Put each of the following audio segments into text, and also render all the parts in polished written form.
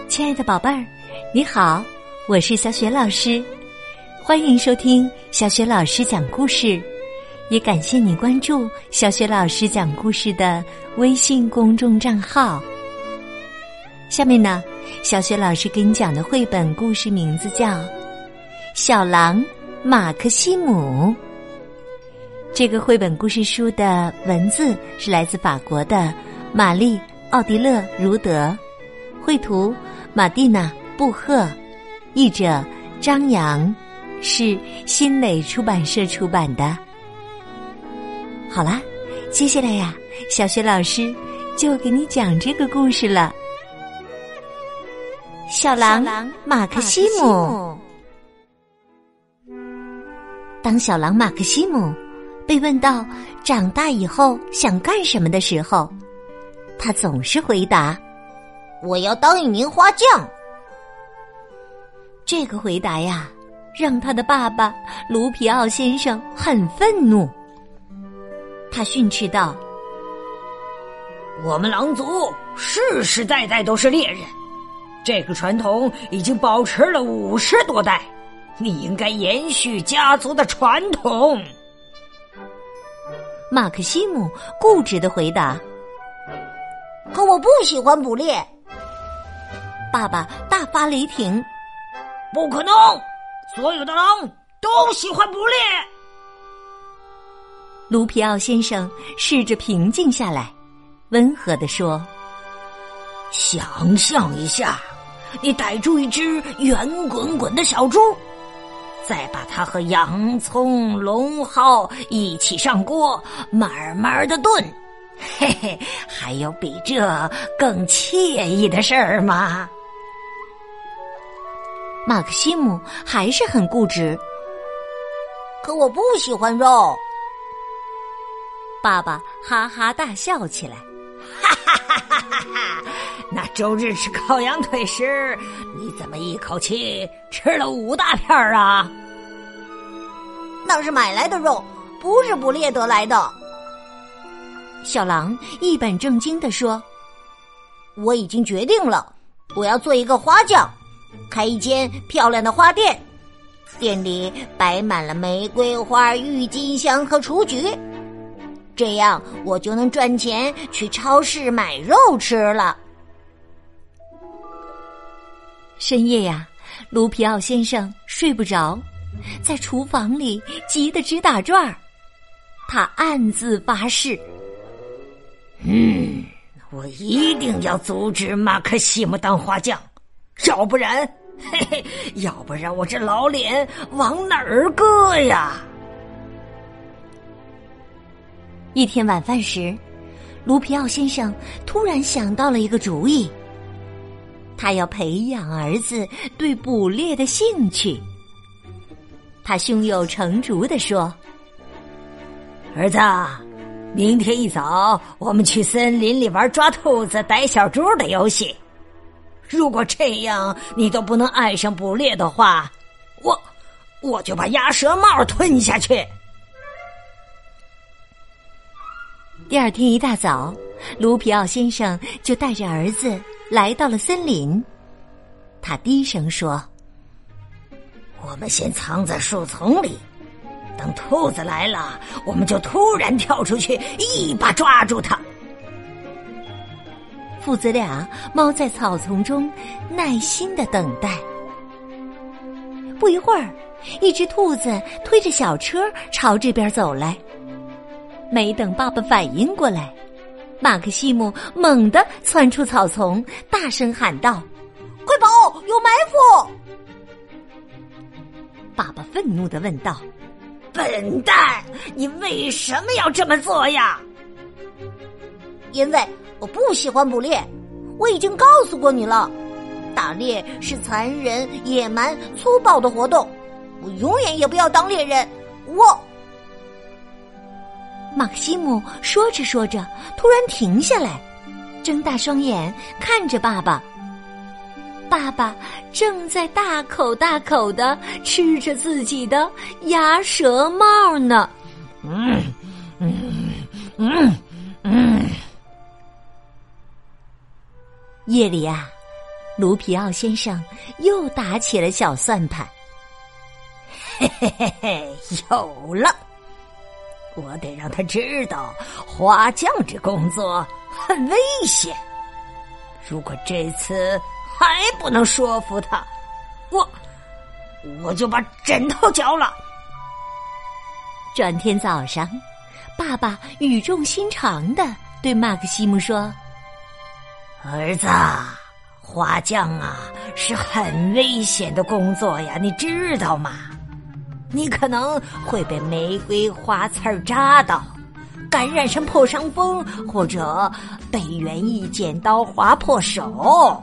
亲爱的宝贝儿，你好，我是小雪老师，欢迎收听小雪老师讲故事，也感谢你关注小雪老师讲故事的微信公众账号。下面呢，小雪老师给你讲的绘本故事名字叫《小狼马克西姆》。这个绘本故事书的文字是来自法国的玛丽·奥迪勒·茹德，绘图马蒂娜·布赫，译者张扬，是新蕾出版社出版的。好啦，接下来呀，小雪老师就给你讲这个故事了。小狼马克西姆。当小狼马克西姆被问到长大以后想干什么的时候，他总是回答： 我要当一名花匠。 这个回答呀，让他的爸爸卢皮奥先生很愤怒。他训斥道： 我们狼族世世代代都是猎人，这个传统已经保持了50多代，你应该延续家族的传统。 马克西姆固执地回答： 可我不喜欢捕猎。 爸爸大发雷霆： 不可能，所有的狼都喜欢捕猎。 卢皮奥先生试着平静下来，温和地说： 想象一下，你逮住一只圆滚滚的小猪，再把它和洋葱、茼蒿一起上锅，慢慢的炖。嘿嘿，还有比这更惬意的事儿吗？ 马克西姆还是很固执。 可我不喜欢肉。 爸爸哈哈大笑起来。 哈哈哈哈哈哈！那周日吃烤羊腿时，你怎么一口气吃了5大片啊？ 那是买来的肉，不是捕猎得来的。 小狼一本正经地说： 我已经决定了，我要做一个花匠，开一间漂亮的花店，店里摆满了玫瑰花、郁金香和雏菊，这样我就能赚钱去超市买肉吃了。 深夜呀，卢皮奥先生睡不着，在厨房里急得直打转儿。他暗自发誓： 我一定要阻止马克西姆当花匠，要不然，嘿嘿，要不然我这老脸往哪儿搁呀？ 一天晚饭时，卢皮奥先生突然想到了一个主意，他要培养儿子对捕猎的兴趣。他胸有成竹地说： 儿子，明天一早我们去森林里玩抓兔子逮小猪的游戏。如果这样你都不能爱上捕猎的话，我就把鸭舌帽吞下去。 第二天一大早，卢皮奥先生就带着儿子来到了森林。他低声说： 我们先藏在树丛里，等兔子来了，我们就突然跳出去，一把抓住它。 父子俩猫在草丛中耐心地等待。不一会儿，一只兔子推着小车朝这边走来。没等爸爸反应过来，马克西姆猛地窜出草丛，大声喊道： 快跑，有埋伏！ 爸爸愤怒地问道： 笨蛋，你为什么要这么做呀？ 因为我不喜欢捕猎，我已经告诉过你了，打猎是残忍、野蛮、粗暴的活动，我永远也不要当猎人。 马克西姆说着说着，突然停下来，睁大双眼看着爸爸。爸爸正在大口大口地吃着自己的鸭舌帽呢。夜里啊， 卢皮奥先生又打起了小算盘。 嘿嘿嘿嘿，有了！我得让他知道花匠这工作很危险。如果这次还不能说服他，我就把枕头嚼了。 转天早上，爸爸语重心长地对马克西姆说：“ 儿子，花匠啊，是很危险的工作呀，你知道吗？你可能会被玫瑰花刺扎到，感染上破伤风，或者被园艺剪刀划破手。”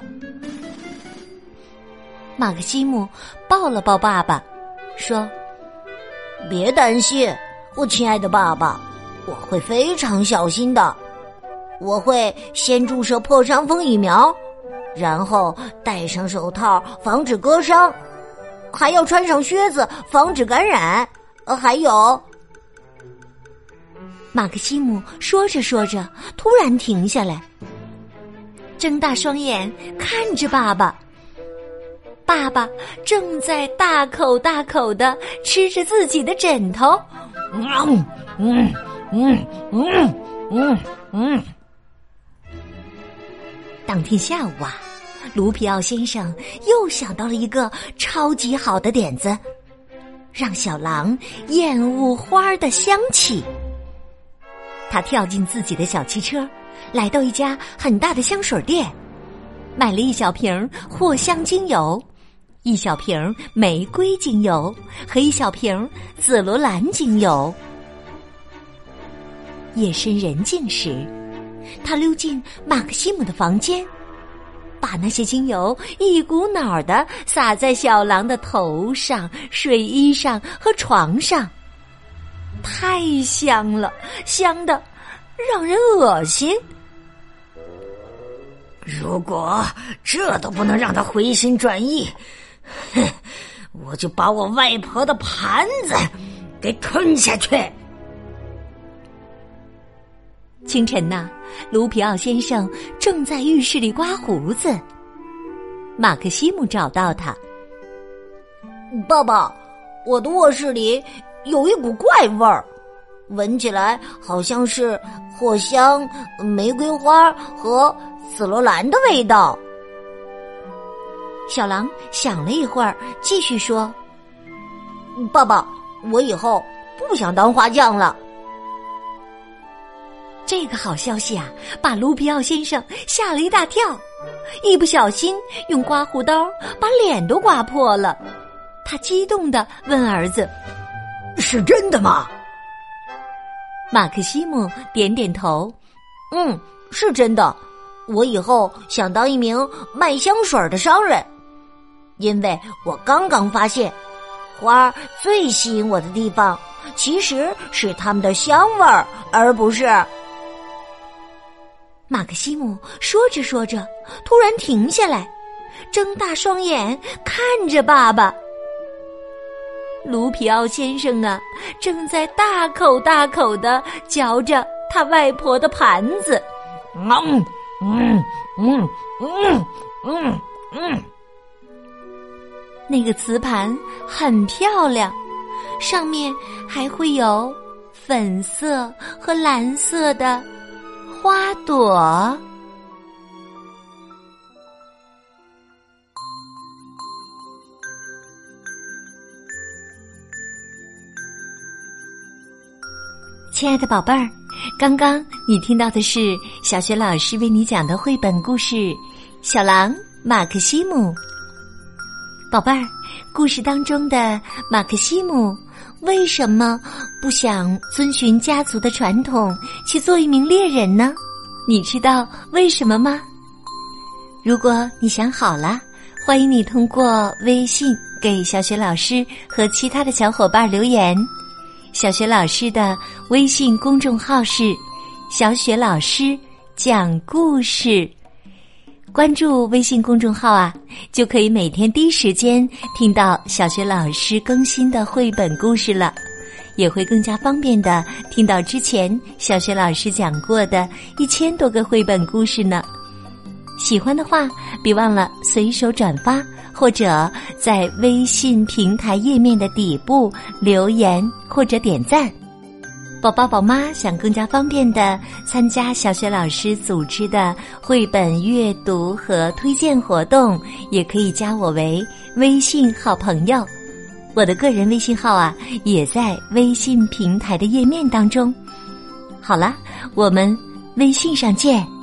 马克西姆抱了抱爸爸，说：“ 别担心，我亲爱的爸爸，我会非常小心的。我会先注射破伤风疫苗，然后戴上手套防止割伤，还要穿上靴子防止感染。还有……” 马克西姆说着说着，突然停下来，睁大双眼看着爸爸。爸爸正在大口大口地吃着自己的枕头。当天下午啊，卢皮奥先生又想到了一个超级好的点子，让小狼厌恶花的香气。他跳进自己的小汽车，来到一家很大的香水店，买了1小瓶藿香精油，1小瓶玫瑰精油和1小瓶紫罗兰精油。夜深人静时，他溜进马克西姆的房间，把那些精油一股脑地洒在小狼的头上、睡衣上和床上，太香了，香得让人恶心。 如果这都不能让他回心转意，我就把我外婆的盘子给吞下去。 清晨呐，卢皮奥先生正在浴室里刮胡子。马克西姆找到他：“ 爸爸，我的卧室里有一股怪味儿，闻起来好像是藿香、玫瑰花和紫罗兰的味道。” 小狼想了一会儿，继续说：“ 爸爸，我以后不想当花匠了。” 这个好消息啊，把卢皮奥先生吓了一大跳，一不小心用刮胡刀把脸都刮破了。他激动地问儿子：“ 是真的吗？” 马克西姆点点头：“ 是真的。我以后想当一名卖香水的商人，因为我刚刚发现，花最吸引我的地方其实是它们的香味儿，而不是……” 马克西姆说着说着，突然停下来，睁大双眼看着爸爸。卢皮奥先生啊，正在大口大口地嚼着他外婆的盘子。那个瓷盘很漂亮，上面还会有粉色和蓝色的花朵。亲爱的宝贝儿，刚刚你听到的是小学老师为你讲的绘本故事《小狼马克西姆》。宝贝儿，故事当中的马克西姆为什么不想遵循家族的传统去做一名猎人呢？你知道为什么吗？如果你想好了，欢迎你通过微信给小雪老师和其他的小伙伴留言。小雪老师的微信公众号是小雪老师讲故事，关注微信公众号啊，就可以每天第一时间听到小雪老师更新的绘本故事了，也会更加方便的听到之前小雪老师讲过的1000多个绘本故事呢。 喜欢的话，别忘了随手转发，或者在微信平台页面的底部留言或者点赞。宝宝宝妈想更加方便地参加小雪老师组织的绘本阅读和推荐活动，也可以加我为微信好朋友。我的个人微信号啊，也在微信平台的页面当中。好了，我们微信上见。